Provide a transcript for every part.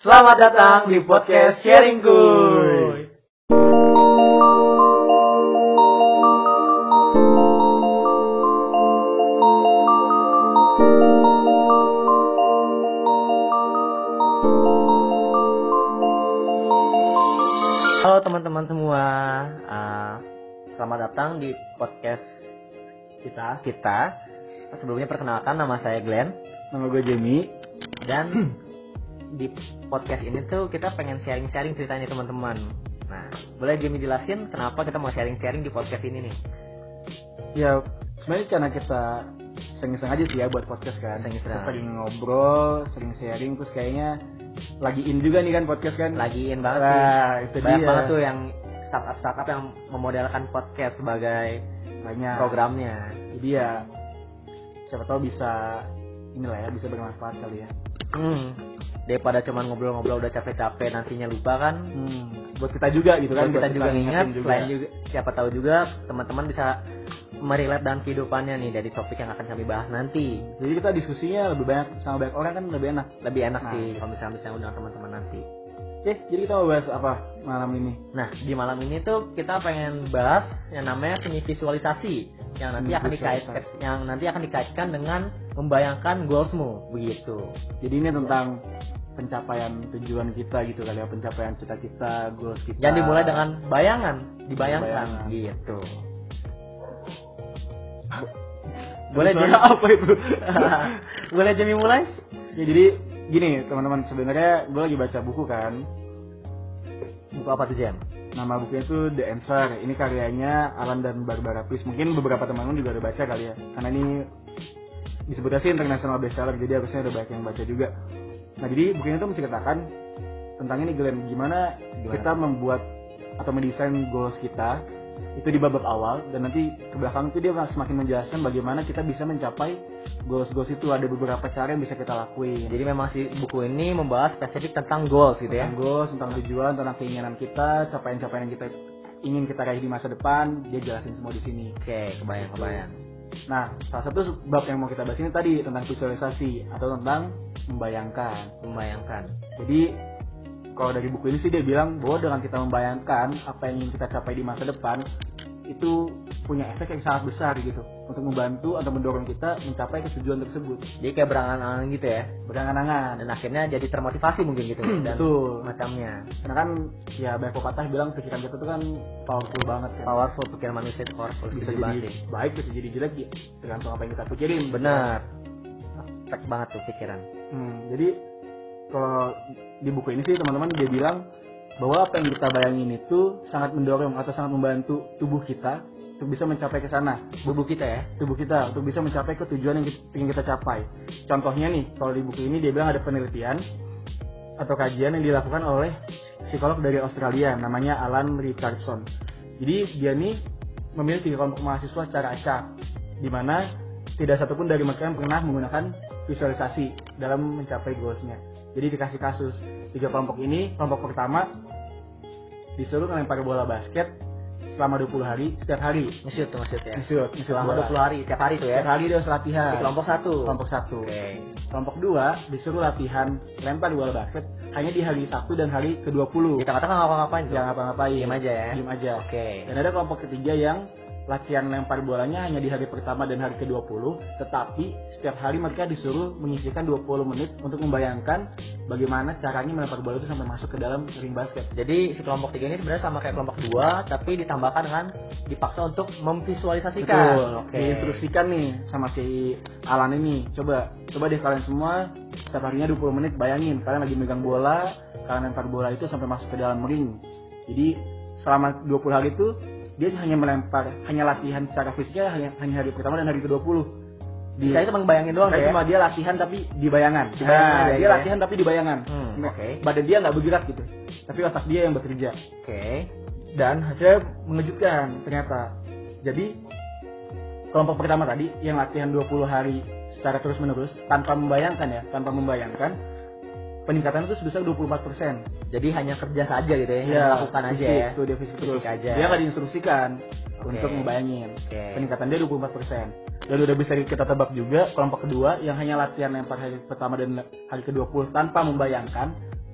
Selamat datang di podcast Sharing Kuy. Halo teman-teman semua, selamat datang di podcast kita. Sebelumnya perkenalkan, nama saya Glenn. Nama gue Jamie. Dan di podcast ini tuh kita pengen sharing-sharing ceritanya teman-teman. Nah, boleh Jamie jelasin kenapa kita mau sharing-sharing di podcast ini nih? Ya, sebenarnya karena kita sering-sering aja sih ya buat podcast kan. Sering-sering. Kita sering ngobrol, sering sharing, terus kayaknya lagi in juga nih kan podcast kan. Lagi in banget sih. Nah, itu banyak dia. banget tuh yang startup yang memodelkan podcast sebagai banyak programnya. Jadi ya siapa tahu bisa bisa bermanfaat kali ya. Daripada cuma ngobrol-ngobrol udah capek-capek nantinya lupa kan. Buat kita juga gitu kan. Buat kita juga ingat, juga. selain juga siapa tahu juga teman-teman bisa merelate dengan kehidupannya nih dari topik yang akan kami bahas nanti. Jadi kita diskusinya lebih banyak sama banyak orang kan lebih enak. Lebih enak sih kalau misalnya undang teman-teman nanti. Oke, jadi kita mau bahas apa malam ini? Nah, di malam ini tuh kita pengen bahas yang namanya seni visualisasi yang nanti akan dikaitkan dengan membayangkan goalsmu begitu. Jadi ini tentang pencapaian tujuan kita gitu kali ya, pencapaian cita-cita, goals kita. Yang dimulai dengan dibayangkan gitu. Boleh jadi apa itu? Boleh jadi mulai? Ya jadi gini teman-teman, sebenarnya gue lagi baca buku kan. Buku apa tuh Jam? Nama bukunya itu The Answer. Ini karyanya Alan dan Barbara Pease. Mungkin beberapa teman-teman juga udah baca kali ya, karena ini disebutnya sih international bestseller, jadi harusnya udah banyak yang baca juga. Nah jadi bukunya itu menceritakan tentang ini Glenn, gimana kita membuat atau mendesain goals kita itu di babak awal, dan nanti ke belakang itu dia semakin menjelaskan bagaimana kita bisa mencapai goals itu. Ada beberapa cara yang bisa kita lakuin. Jadi memang si buku ini membahas spesifik tentang goals gitu ya. Tentang goals, tentang tujuan, tentang keinginan kita, capaian-capaian yang kita ingin kita raih di masa depan, dia jelasin semua di sini. Oke, kebayang. Nah, salah satu bab yang mau kita bahas ini tadi tentang visualisasi atau tentang membayangkan. Jadi kalau dari buku ini sih dia bilang bahwa dengan kita membayangkan apa yang ingin kita capai di masa depan, itu punya efek yang sangat besar gitu untuk membantu atau mendorong kita mencapai tujuan tersebut. Jadi kayak berangan-angan gitu ya. Berangan-angan. Dan akhirnya jadi termotivasi mungkin gitu. Dan betul. Macamnya. Karena kan ya banyak pepatah bilang pikiran kita tuh kan powerful banget kan. Powerful, pikiran manusia itu powerful. Bisa jadi baik, bisa jadi jelek, tergantung apa yang kita pikirin. Benar. Tek banget tuh pikiran. Jadi kalau di buku ini sih teman-teman dia bilang bahwa apa yang kita bayangin itu sangat mendorong atau sangat membantu tubuh kita untuk bisa mencapai ke sana. Tubuh kita untuk bisa mencapai ke tujuan yang ingin kita capai. Contohnya nih, kalau di buku ini dia bilang ada penelitian atau kajian yang dilakukan oleh psikolog dari Australia namanya Alan Richardson. Jadi dia nih memilih 3 kelompok mahasiswa secara acak, di mana tidak satupun dari mereka yang pernah menggunakan visualisasi dalam mencapai goalsnya. Jadi dikasih kasus 3 kelompok ini. Kelompok pertama disuruh melempar bola basket selama 20 hari setiap hari. Nge-shoot ya. Selama 20 hari setiap hari tuh ya. Setiap hari dia harus latihan. Di kelompok 1. Okay. Kelompok 2 disuruh latihan lempar bola basket hanya di hari Sabtu dan hari ke-20. Kita katakan ngapa-ngapain tuh. Jangan ngapa-ngapain. Diam aja. Oke. Dan ada kelompok ketiga yang latihan lempar bolanya hanya di hari pertama dan hari ke-20, tetapi setiap hari mereka disuruh menyisihkan 20 menit untuk membayangkan bagaimana caranya melempar bola itu sampai masuk ke dalam ring basket. Jadi si kelompok 3 ini sebenarnya sama kayak kelompok 2, tapi ditambahkan dengan dipaksa untuk memvisualisasikan. Betul. Diinstruksikan nih sama si Alan ini. Coba deh kalian semua setiap harinya 20 menit bayangin kalian lagi megang bola, kalian lempar bola itu sampai masuk ke dalam ring. Jadi selama 20 hari itu dia hanya latihan secara fisiknya hanya hari pertama dan hari ke-20. Saya cuma bayangin doang ya. Cuma dia latihan tapi di bayangan. Dia latihan tapi di bayangan. Badan dia nggak bergerak gitu, tapi otak dia yang bekerja. Dan hasilnya mengejutkan ternyata. Jadi kelompok pertama tadi yang latihan 20 hari secara terus menerus tanpa membayangkan, peningkatan itu sebesar 24%. Jadi hanya kerja saja gitu ya, lakukan aja ya. Itu dia fisik terus. Dia nggak diinstruksikan untuk membayangin. Peningkatan dia 24%. Dan udah bisa kita tebak juga kelompok kedua yang hanya latihan lempar hari pertama dan hari ke-20 tanpa membayangkan,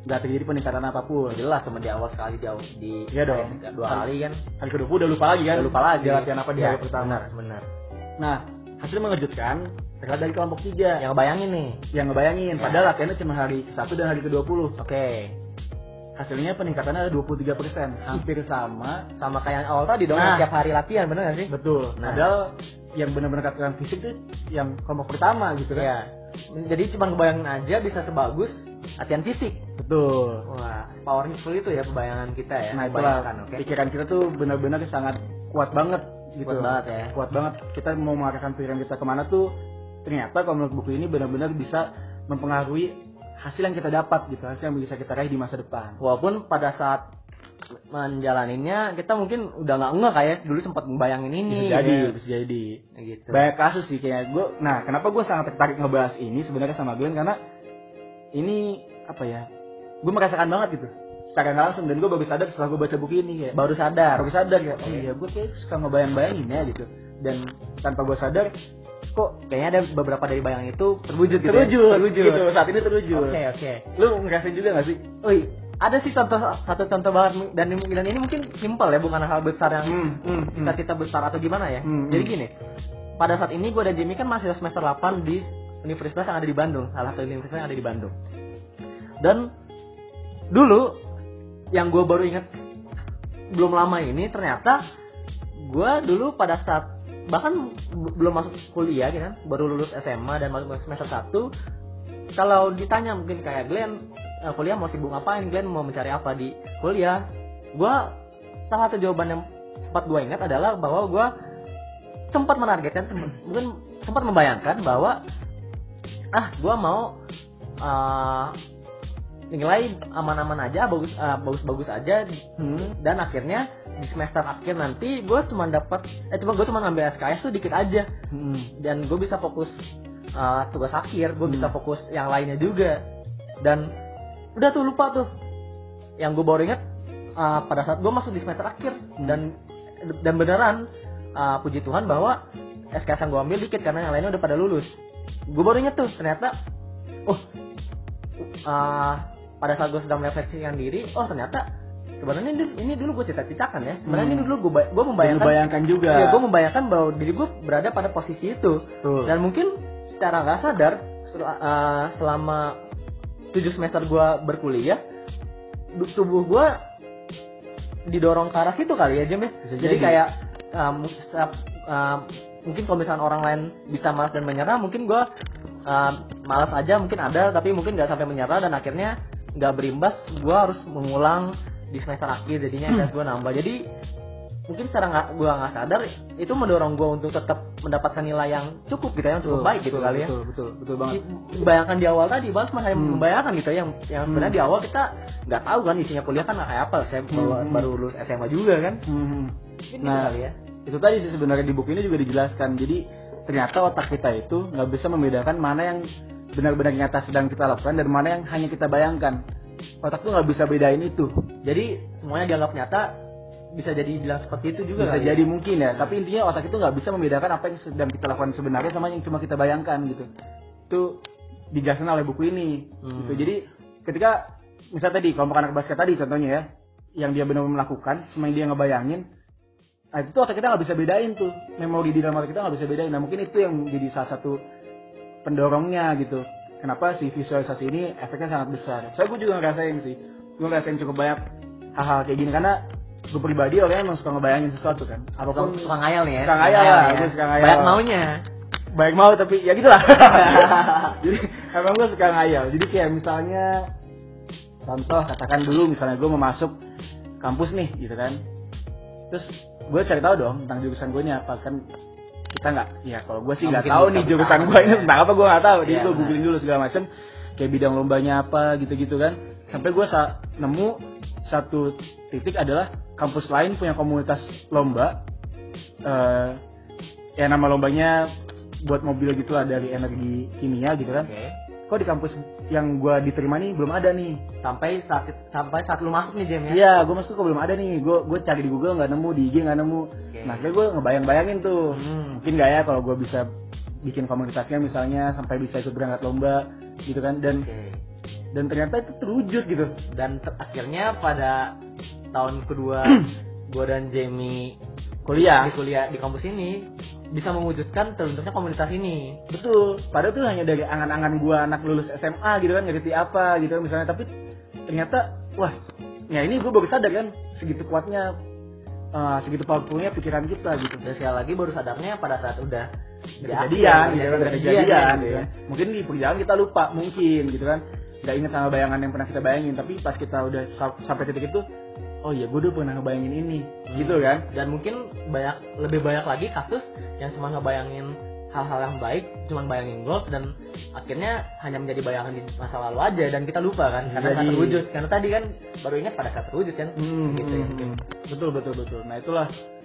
nggak terjadi peningkatan apapun. Jelas cuma di awal sekali di Iya dong. 2 kali kan. Hari ke-20 udah lupa lagi kan. Udah lupa lagi. Dia latihan apa di hari pertama. Benar. Nah, hasil mengejutkan terlihat dari kelompok 3 Yang ngebayangin nih. yang ngebayangin padahal latihannya cuma hari ke-1 dan hari ke-20. Oke. Hasilnya peningkatannya ada 23%, hampir sama Kayak yang awal tadi dong, tiap hari latihan, bener gak sih? Betul. Padahal yang benar-benar latihan fisik tuh yang kelompok pertama gitu kan. Iya. Jadi cuma ngebayangin aja bisa sebagus latihan fisik. Betul. Wah, powerful itu ya bayangan kita ya. Nah, itulah pikiran kita tuh benar-benar sangat kuat banget gitu. Kuat banget ya. Kuat banget. Kita mau mengarahkan pikiran kita kemana tuh ternyata kalau menurut buku ini benar-benar bisa mempengaruhi hasil yang kita dapat gitu, hasil yang bisa kita raih di masa depan. Walaupun pada saat menjalaninya kita mungkin udah nggak ngeh kayak dulu sempat membayangin ini. Bisa jadi. Gitu. Banyak kasus sih kayak gue. Nah, kenapa gue sangat tertarik ngebahas ini sebenarnya sama Glenn karena ini apa ya? Gue merasakan banget gitu. Secara nggak langsung dan gue baru sadar setelah gue baca buku ini kayak. Baru sadar ya. Oh iya, gue kayak suka ngebayang-bayangin ya gitu. Dan tanpa gue sadar kok kayaknya ada beberapa dari bayangan itu terwujud gitu. Terwujud. Gitu, saat ini terwujud. Oke. Lu ngerasain juga gak sih? Ada sih satu contoh banget dan ini mungkin simpel ya, bukan hal besar yang cita-cita besar atau gimana ya. Jadi gini, pada saat ini gue dan Jimmy kan masih semester 8 di universitas yang ada di Bandung, salah satu universitas yang ada di Bandung. Dan dulu yang gue baru ingat belum lama ini ternyata gue dulu pada saat bahkan belum masuk kuliah gitu kan, baru lulus SMA dan masuk semester 1, kalau ditanya mungkin kayak Glenn kuliah mau sibuk ngapain, Glenn mau mencari apa di kuliah, gue salah satu jawaban yang sempat gue ingat adalah bahwa gue sempat menargetkan, mungkin sempat membayangkan bahwa gue mau nilai aman-aman aja, bagus-bagus aja, dan akhirnya di semester akhir nanti gue cuma ngambil SKS tuh dikit aja, dan gue bisa fokus tugas akhir, gue bisa fokus yang lainnya juga, dan udah tuh lupa tuh. Yang gue baru inget pada saat gue masuk di semester akhir, dan beneran puji Tuhan bahwa SKS yang gue ambil dikit karena yang lainnya udah pada lulus. Gue baru inget tuh ternyata pada saat gue sedang merefleksikan diri, ternyata sebenarnya ini dulu gue cita-citakan ya. Sebenarnya ini dulu gue membayangkan juga. Ya, gue membayangkan bahwa diri gue berada pada posisi itu. Dan mungkin secara nggak sadar selama 7 semester gue berkuliah, tubuh gue didorong ke arah situ kali ya, Jim ya. Jadi kayak mungkin kalau misalnya orang lain bisa malas dan menyerah, mungkin gue malas aja mungkin ada, tapi mungkin nggak sampai menyerah dan akhirnya nggak berimbas. Gue harus mengulang di semester akhir, jadinya SKS gue nambah. Jadi mungkin secara gue nggak sadar itu mendorong gue untuk tetap mendapatkan nilai yang cukup gitu, yang cukup baik gitu kali ya. Betul banget. Bayangkan di awal tadi, bahas masih membayangkan gitu yang sebenarnya di awal kita nggak tahu kan isinya kuliah kan kayak apa. Saya baru lulus SMA juga kan. Nah, kali ya. Itu tadi sih sebenarnya di buku ini juga dijelaskan. Jadi ternyata otak kita itu nggak bisa membedakan mana yang benar-benar nyata sedang kita lakukan dan mana yang hanya kita bayangkan. Otak tuh nggak bisa bedain itu. Jadi semuanya dianggap nyata, bisa jadi bilang seperti itu juga. Bisa jadi mungkin ya. Tapi intinya otak itu nggak bisa membedakan apa yang sedang kita lakukan sebenarnya sama yang cuma kita bayangkan gitu. Itu dijelaskan oleh buku ini. Gitu. Jadi ketika misalnya tadi kelompok anak basket tadi contohnya ya, yang dia benar-benar melakukan, cuma yang dia ngebayangin. Nah itu tuh otak kita nggak bisa bedain tuh. Memori di dalam otak kita nggak bisa bedain. Nah mungkin itu yang jadi salah satu pendorongnya gitu. Kenapa si visualisasi ini efeknya sangat besar. Soalnya gue juga ngerasain sih. Gue ngerasain cukup banyak hal-hal kayak gini. Karena gue pribadi orangnya emang suka ngebayangin sesuatu kan. Apapun suka ngayal nih ya. Suka ngayal lah. Gue suka ngayal. Banyak maunya. Banyak mau tapi ya gitulah. Jadi emang gue suka ngayal. Jadi kayak misalnya contoh katakan dulu misalnya gue mau masuk kampus nih gitu kan. Terus gue cari tahu dong tentang jurusan gue ini apa kan. Kita nggak, ya kalau gue sih nggak tahu nih jurusan gue ini tentang apa, gue nggak tahu. Jadi gue googling dulu segala macam, kayak bidang lombanya apa gitu-gitu kan. Sampai gue nemu satu titik adalah kampus lain punya komunitas lomba, ya nama lombanya buat mobil gitulah dari energi kimia gitu kan. Kok di kampus yang gue diterima nih belum ada nih. Sampai saat lu masuk nih Jam ya? Iya, gue masuk kok belum ada nih. Gue cari di Google nggak nemu, di IG nggak nemu. Nah, akhirnya gue ngebayang-bayangin tuh. Mungkin nggak ya kalau gue bisa bikin komunitasnya misalnya sampai bisa ikut berangkat lomba gitu kan. Dan dan ternyata itu terwujud gitu. Dan akhirnya pada tahun kedua gue dan Jamie kuliah di kampus ini bisa mewujudkan terbentuknya komunitas ini. Betul. Padahal tuh hanya dari angan-angan gue anak lulus SMA gitu kan, nggak ngerti apa gitu misalnya, tapi ternyata wah, ya ini gue baru sadar kan segitu kuatnya, segitu powerfulnya pikiran kita gitu. Dan sekali lagi baru sadarnya pada saat udah kejadian gitu kan. Mungkin di perjalanan kita lupa mungkin gitu kan, nggak ingat sama bayangan yang pernah kita bayangin, tapi pas kita udah sampai titik itu, oh iya gue udah pernah ngebayangin ini gitu kan. Dan mungkin lebih banyak lagi kasus yang cuma ngebayangin hal-hal yang baik, cuma bayangin goals, dan akhirnya hanya menjadi bayangan di masa lalu aja, dan kita lupa kan karena saat terwujud, karena tadi kan baru ingat pada saat terwujud kan. Gitu ya. Betul. Nah itulah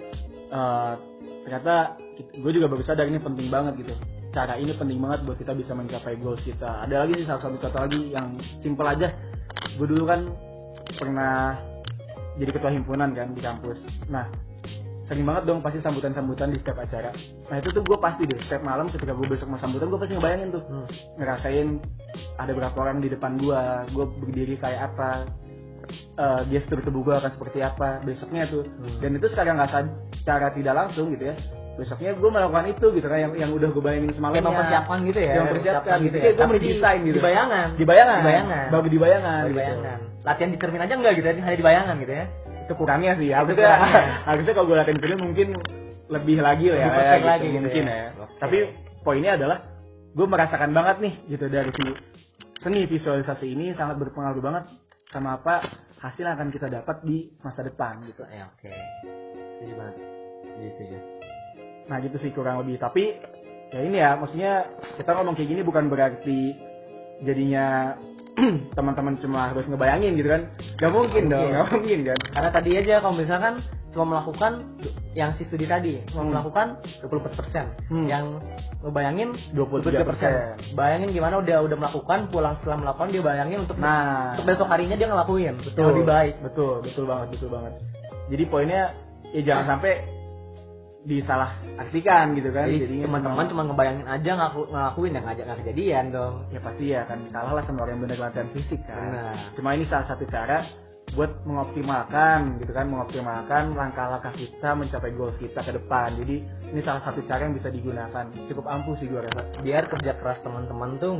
ternyata gue juga baru sadar ini penting banget gitu. Cara ini penting banget buat kita bisa mencapai goals kita. Ada lagi sih salah satu contoh lagi yang simple aja. Gue dulu kan pernah jadi ketua himpunan kan di kampus. Nah sering banget dong pasti sambutan-sambutan di setiap acara. Nah itu tuh gue pasti deh setiap malam ketika gue besok mau sambutan, gue pasti ngebayangin tuh ngerasain ada berapa orang di depan gue berdiri kayak apa, gestur tubuh gue akan seperti apa besoknya tuh. Dan itu secara tidak langsung gitu ya, besoknya gue melakukan itu gitu kan, yang udah gue bayangin semalamnya. Kayak mempersiapkan gitu ya. Mempersiapkan gitu. Kayak gue mendesain gitu. Di bayangan. Baru di bayangan. Gitu. Latihan di cermin aja enggak gitu, hanya di bayangan gitu ya. Itu kurangnya sih. Harusnya kalau gue latihan film mungkin lebih lagi lah ya. Gitu, lagi mungkin gitu ya. Tapi poinnya adalah gue merasakan banget nih gitu dari seni visualisasi ini sangat berpengaruh banget sama apa hasil yang akan kita dapat di masa depan gitu. Ya oke. Jadi banget. Gitu. Nah gitu sih kurang lebih. Tapi ya ini ya, maksudnya kita ngomong kayak gini bukan berarti jadinya teman-teman cuma harus ngebayangin gitu kan. Gak mungkin dong, gak mungkin kan. Karena tadi aja kalau misalkan cuma melakukan yang si studi tadi, cuma melakukan 24%, yang ngebayangin 23%. Bayangin gimana udah melakukan, pulang setelah melakukan dia bayangin untuk besok harinya dia ngelakuin. Betul. Lebih baik. Betul banget. Jadi poinnya ya jangan sampai disalah artikan gitu kan. Jadi teman-teman cuma ngebayangin aja ngelakuin yang nggak kejadian dong. Ya pasti ya kan, kalah lah sama orang yang benar latihan fisik kan. Cuma ini salah satu cara buat mengoptimalkan langkah-langkah kita mencapai goals kita ke depan. Jadi ini salah satu cara yang bisa digunakan, cukup ampuh sih gue rasa. Biar kerja keras teman-teman tuh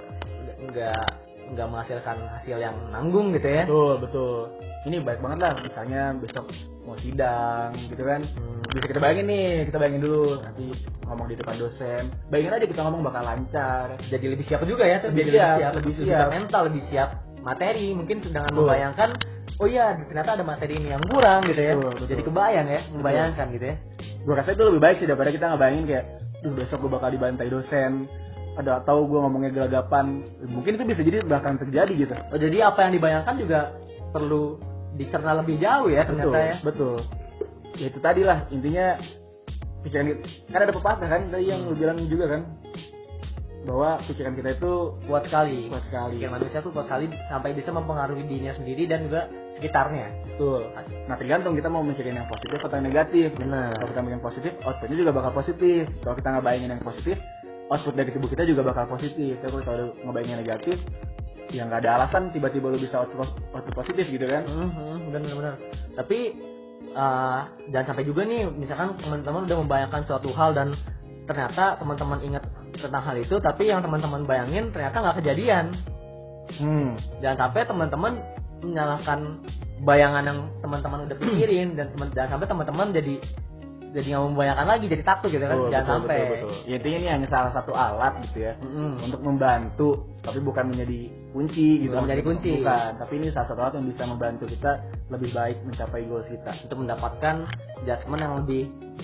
nggak menghasilkan hasil yang nanggung gitu ya. Betul. Ini baik banget lah, misalnya besok mau sidang gitu kan. Bisa kita bayangin dulu nanti ngomong di depan dosen. Bayangin aja kita ngomong bakal lancar. Jadi lebih siap juga ya tuh. Lebih siap mental, lebih siap materi. Mungkin dengan membayangkan, oh iya ternyata ada materi ini yang kurang gitu ya. Betul. Jadi kebayang ya, membayangkan gitu ya. Gue rasa itu lebih baik sih daripada kita ngebayangin kayak, besok gue bakal dibantai dosen. Atau gue ngomongnya gelagapan. Mungkin itu bisa jadi bahkan terjadi gitu. Oh jadi apa yang dibayangkan juga perlu dicerna lebih jauh ya ternyata ya. Betul. Ya itu tadi lah intinya, pikiran kan ada pepatah kan tadi yang lu bilang juga kan, bahwa pikiran kita itu kuat sekali. Pikiran manusia tuh kuat sekali sampai bisa mempengaruhi dirinya sendiri dan juga sekitarnya. Betul. Nah tergantung kita mau mikirin yang positif atau yang negatif. Benar. Kalau kita mikirin positif, outputnya juga bakal positif. Kalau kita ngebayangin yang positif, output dari tubuh kita juga bakal positif. Tapi kalau ngebayangin negatif, ya nggak ada alasan tiba-tiba lu bisa output positif gitu kan. Benar. Tapi jangan sampai juga nih, misalkan teman-teman udah membayangkan suatu hal dan ternyata teman-teman ingat tentang hal itu, tapi yang teman-teman bayangin ternyata nggak kejadian. Jangan sampai teman-teman menyalahkan bayangan yang teman-teman udah pikirin, dan jangan sampai teman-teman jadi nggak membayangkan lagi, jadi takut gitu kan. Jangan sampai. Betul. Ya, intinya ini hanya salah satu alat gitu ya, untuk membantu, tapi bukan menjadi kunci gitu. Bukan menjadi kunci. Bukan, tapi ini salah satu alat yang bisa membantu kita lebih baik mencapai goals kita. Untuk mendapatkan judgement yang lebih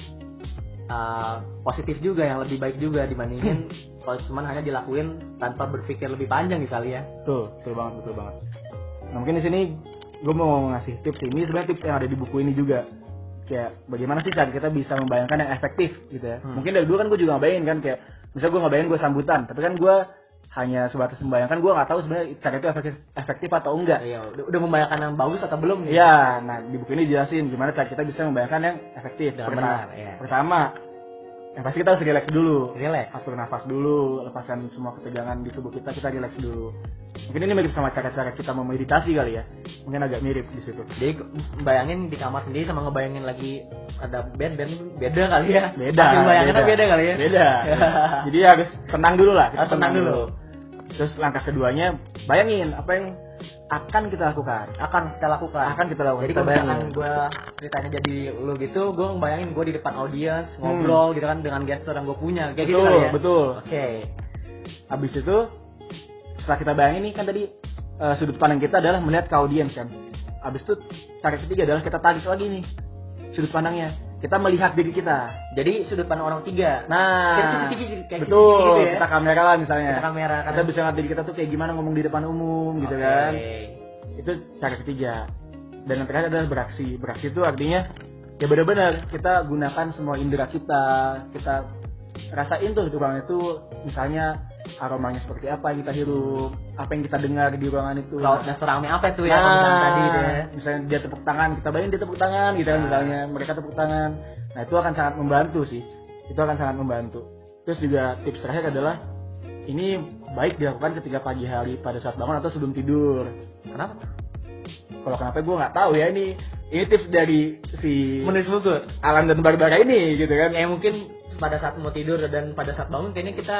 positif juga, yang lebih baik juga dibandingin kalau cuma hanya dilakuin tanpa berpikir lebih panjang kali ya. Betul banget. Nah mungkin di sini gue mau ngasih tips ini, sebenarnya tips yang ada di buku ini juga. Kayak bagaimana sih cara kita bisa membayangkan yang efektif gitu ya. Mungkin dari dulu kan gue juga ngebayangin kan, kayak misalnya gue ngebayangin gue sambutan, tapi kan gue hanya sebatas membayangkan, gue nggak tahu sebenarnya cara itu efektif atau enggak. Iya, udah membayangkan yang bagus atau belum nih? Iya, nah di buku ini dijelasin gimana cara kita bisa membayangkan yang efektif. Pertama, yang pasti kita harus relax dulu. Atur nafas dulu, lepaskan semua ketegangan di tubuh kita relax dulu. Mungkin ini mirip sama cara-cara kita memeditasi kali ya. Mungkin agak mirip di situ. Jadi bayangin di kamar sendiri sama ngebayangin lagi ada band beda kali ya. Beda. Bayangannya beda kali ya. Beda. Jadi harus tenang dulu lah. Kita tenang dulu. Terus langkah keduanya, bayangin apa yang akan kita lakukan. Jadi kalau misalkan gue ceritanya jadi lu gitu, gue bayangin gue di depan audiens ngobrol gitu kan dengan gestur yang gue punya, kayak gitu kali ya. Betul. Oke. Habis itu setelah kita bayangin nih kan tadi sudut pandang kita adalah melihat ke audiens kan. Habis itu cara ketiga adalah kita tarik lagi nih sudut pandangnya. Kita melihat diri kita. Jadi sudut pandang orang tiga. Nah, kita CCTV kayak betul. CCTV gitu ya. Kita kamera lah misalnya. Kan. Kita bisa ngeliat diri kita tuh kayak gimana ngomong di depan umum gitu kan. Itu cara ketiga. Dan yang terakhir adalah beraksi. Beraksi itu artinya ya benar-benar kita gunakan semua indera kita. Kita rasain tuh di ruangan itu, misalnya aromanya seperti apa yang kita hirup, apa yang kita dengar di ruangan itu. Crowdnya seramai apa itu ya, tadi gitu ya. Misalnya dia tepuk tangan, kita bayangin dia tepuk tangan gitu kan, misalnya mereka tepuk tangan. Nah itu akan sangat membantu sih. Itu akan sangat membantu. Terus juga tips terakhir adalah ini baik dilakukan ketika pagi hari pada saat bangun atau sebelum tidur. Kenapa tuh? Kalau kenapa gue nggak tahu ya, ini tips dari si menulis buku Alan dan Barbara ini gitu kan. Ya mungkin pada saat mau tidur dan pada saat bangun kayaknya kita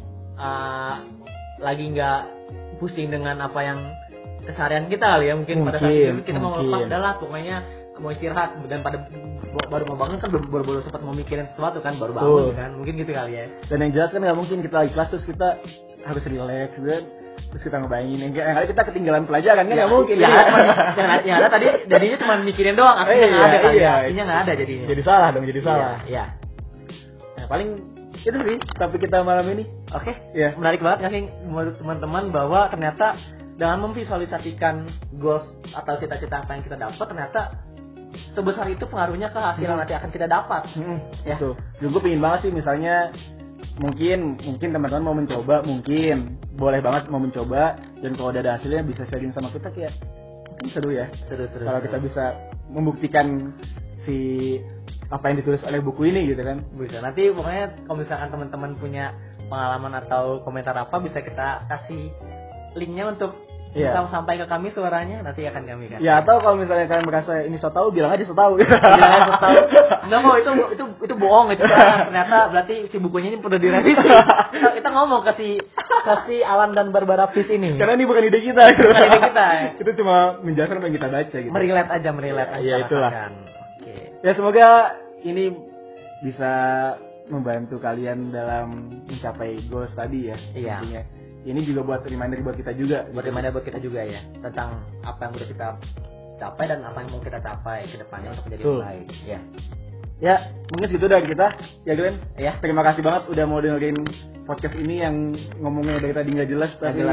lagi nggak pusing dengan apa yang keseharian kita kali ya, mungkin pada saat tidur kita mau lepas adalah pokoknya mau istirahat, dan pada baru mau bangun kan baru sempat mau mikirin sesuatu kan, baru bangun kan, mungkin gitu kali ya. Dan yang jelas kan nggak mungkin kita lagi kelas terus kita harus relax gitu kan, terus kita ngebayangin yang ada kita ketinggalan pelajaran kan, nggak mungkin ya. Yang ada tadi jadinya cuma mikirin doang, artinya nggak ada kan, artinya nggak ada jadinya. Jadi salah dong, jadi salah. Iya. Nah, paling itu sih topik kita malam ini. Oke. Ya. Menarik banget nggak sih menurut teman-teman bahwa ternyata dengan memvisualisasikan goals atau cita-cita apa yang kita dapat, ternyata sebesar itu pengaruhnya ke hasil yang nanti akan kita dapat. Ya. Tuh. Juga pengen banget sih misalnya mungkin teman-teman mau mencoba, mungkin boleh banget mau mencoba, dan kalau udah ada hasilnya bisa sharing sama kita, kayak mungkin seru ya. Seru. Kalau kita bisa membuktikan si apa yang ditulis oleh buku ini gitu kan. Bisa. Nanti pokoknya kalau misalkan teman-teman punya pengalaman atau komentar apa, bisa kita kasih linknya untuk bisa sampai ke kami suaranya, nanti akan kami kan. Ya, atau kalau misalnya kalian merasa ini so tahu, bilang aja so tahu. Bilang aja so tahu. Enggak kok, itu bohong itu kan. Ternyata berarti si bukunya ini perlu direvisi. Kita ngomong ke si Alan dan Barbara Fish ini. Karena ini bukan ide kita. Bukan ide kita. Itu cuma menjelaskan apa yang kita baca gitu. Merilet aja. Ya itulah. Oke. Ya semoga ini bisa membantu kalian dalam mencapai goals tadi ya. Iya. Intinya. Ini juga buat reminder buat kita juga. Ya, tentang apa yang udah kita capai dan apa yang mau kita capai ke depannya untuk menjadi lebih baik. Ya. Ya, mungkin segitu dari kita. Ya, Glenn. Ya. Terima kasih banget udah mau dengerin podcast ini yang ngomongnya dari tadi nggak jelas, tapi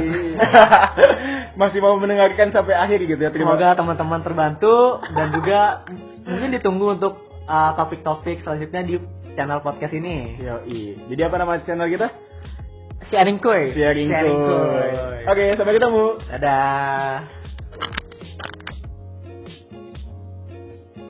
masih mau mendengarkan sampai akhir gitu ya. Semoga teman-teman terbantu dan juga mungkin ditunggu untuk topik-topik selanjutnya di channel podcast ini. Yoi. Jadi apa nama channel kita? Sharing Koy. Oke, sampai ketemu. Dadah.